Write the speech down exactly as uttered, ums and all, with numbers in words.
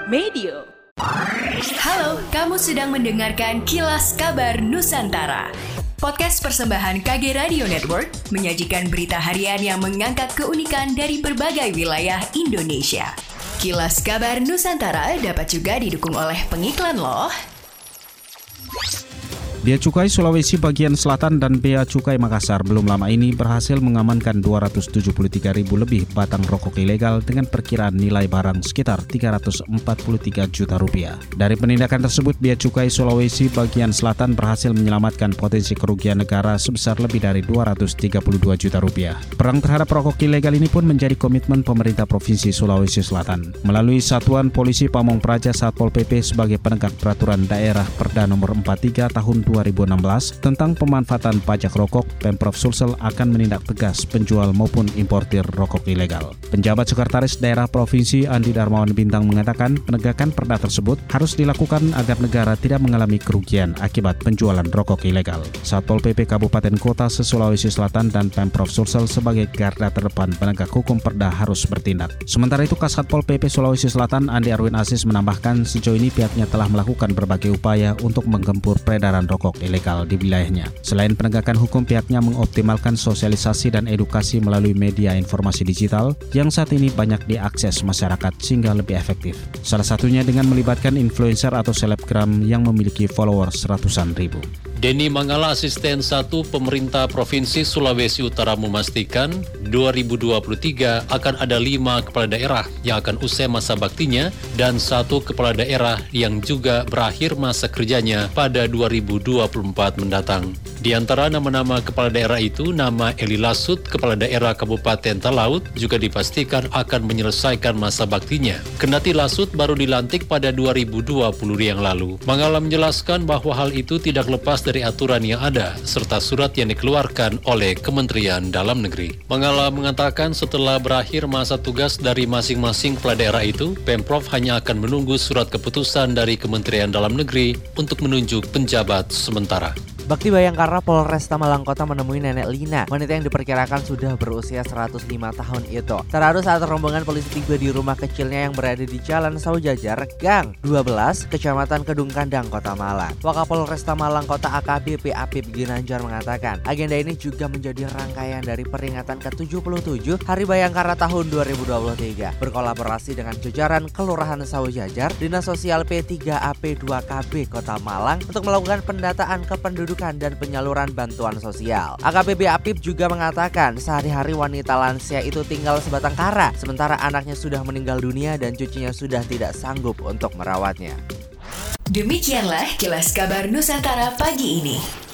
Medio. Halo, kamu sedang mendengarkan Kilas Kabar Nusantara. Podcast persembahan K G Radio Network menyajikan berita harian yang mengangkat keunikan dari berbagai wilayah Indonesia. Kilas Kabar Nusantara dapat juga didukung oleh pengiklan loh. Bea Cukai Sulawesi bagian selatan dan Bea Cukai Makassar belum lama ini berhasil mengamankan dua ratus tujuh puluh tiga ribu lebih batang rokok ilegal dengan perkiraan nilai barang sekitar tiga ratus empat puluh tiga juta rupiah. Dari penindakan tersebut, Bea Cukai Sulawesi bagian selatan berhasil menyelamatkan potensi kerugian negara sebesar lebih dari dua ratus tiga puluh dua juta rupiah. Perang terhadap rokok ilegal ini pun menjadi komitmen pemerintah Provinsi Sulawesi Selatan. Melalui Satuan Polisi Pamong Praja Satpol P P sebagai penegak peraturan daerah Perda nomor empat puluh tiga tahun dua ribu enam belas tentang pemanfaatan pajak rokok, Pemprov Sulsel akan menindak tegas penjual maupun importir rokok ilegal. Penjabat Sekretaris Daerah Provinsi Andi Darmawan Bintang mengatakan penegakan perda tersebut harus dilakukan agar negara tidak mengalami kerugian akibat penjualan rokok ilegal. Satpol P P Kabupaten Kota se-Sulawesi Selatan dan Pemprov Sulsel sebagai garda terdepan penegak hukum perda harus bertindak. Sementara itu, Kasatpol P P Sulawesi Selatan Andi Arwin Aziz menambahkan sejauh ini pihaknya telah melakukan berbagai upaya untuk menggempur peredaran rokok ilegal di wilayahnya. Selain penegakan hukum, pihaknya mengoptimalkan sosialisasi dan edukasi melalui media informasi digital yang saat ini banyak diakses masyarakat sehingga lebih efektif. Salah satunya dengan melibatkan influencer atau selebgram yang memiliki followers ratusan ribu. Denny Mangala, Asisten satu Pemerintah Provinsi Sulawesi Utara memastikan dua ribu dua puluh tiga akan ada lima kepala daerah yang akan usai masa baktinya dan satu kepala daerah yang juga berakhir masa kerjanya pada dua ribu dua puluh empat mendatang. Di antara nama-nama kepala daerah itu, nama Eli Lasut, Kepala Daerah Kabupaten Talaut, juga dipastikan akan menyelesaikan masa baktinya. Kendati Lasut baru dilantik pada dua ribu dua puluh yang lalu. Mangala menjelaskan bahwa hal itu tidak lepas dari aturan yang ada, serta surat yang dikeluarkan oleh Kementerian Dalam Negeri. Mangala mengatakan setelah berakhir masa tugas dari masing-masing kepala daerah itu, Pemprov hanya akan menunggu surat keputusan dari Kementerian Dalam Negeri untuk menunjuk penjabat sementara. Bakti Bayangkara Polresta Malang Kota menemui Nenek Lina, wanita yang diperkirakan sudah berusia seratus lima tahun itu. Terharu saat rombongan polisi tiba di rumah kecilnya yang berada di Jalan Saujajar, Gang dua belas, Kecamatan Kedung Kandang, Kota Malang. Wakapolresta Malang Kota A K B P Apip Ginanjar mengatakan, agenda ini juga menjadi rangkaian dari peringatan ke tujuh puluh tujuh Hari Bayangkara tahun dua ribu dua puluh tiga, berkolaborasi dengan jajaran Kelurahan Saujajar, Dinas Sosial P tiga A P dua K B Kota Malang untuk melakukan pendataan kependudukan dan penyaluran bantuan sosial. A K B P Apip juga mengatakan sehari-hari wanita lansia itu tinggal sebatang kara, sementara anaknya sudah meninggal dunia dan cucunya sudah tidak sanggup untuk merawatnya. Demikianlah Kilas Kabar Nusantara pagi ini.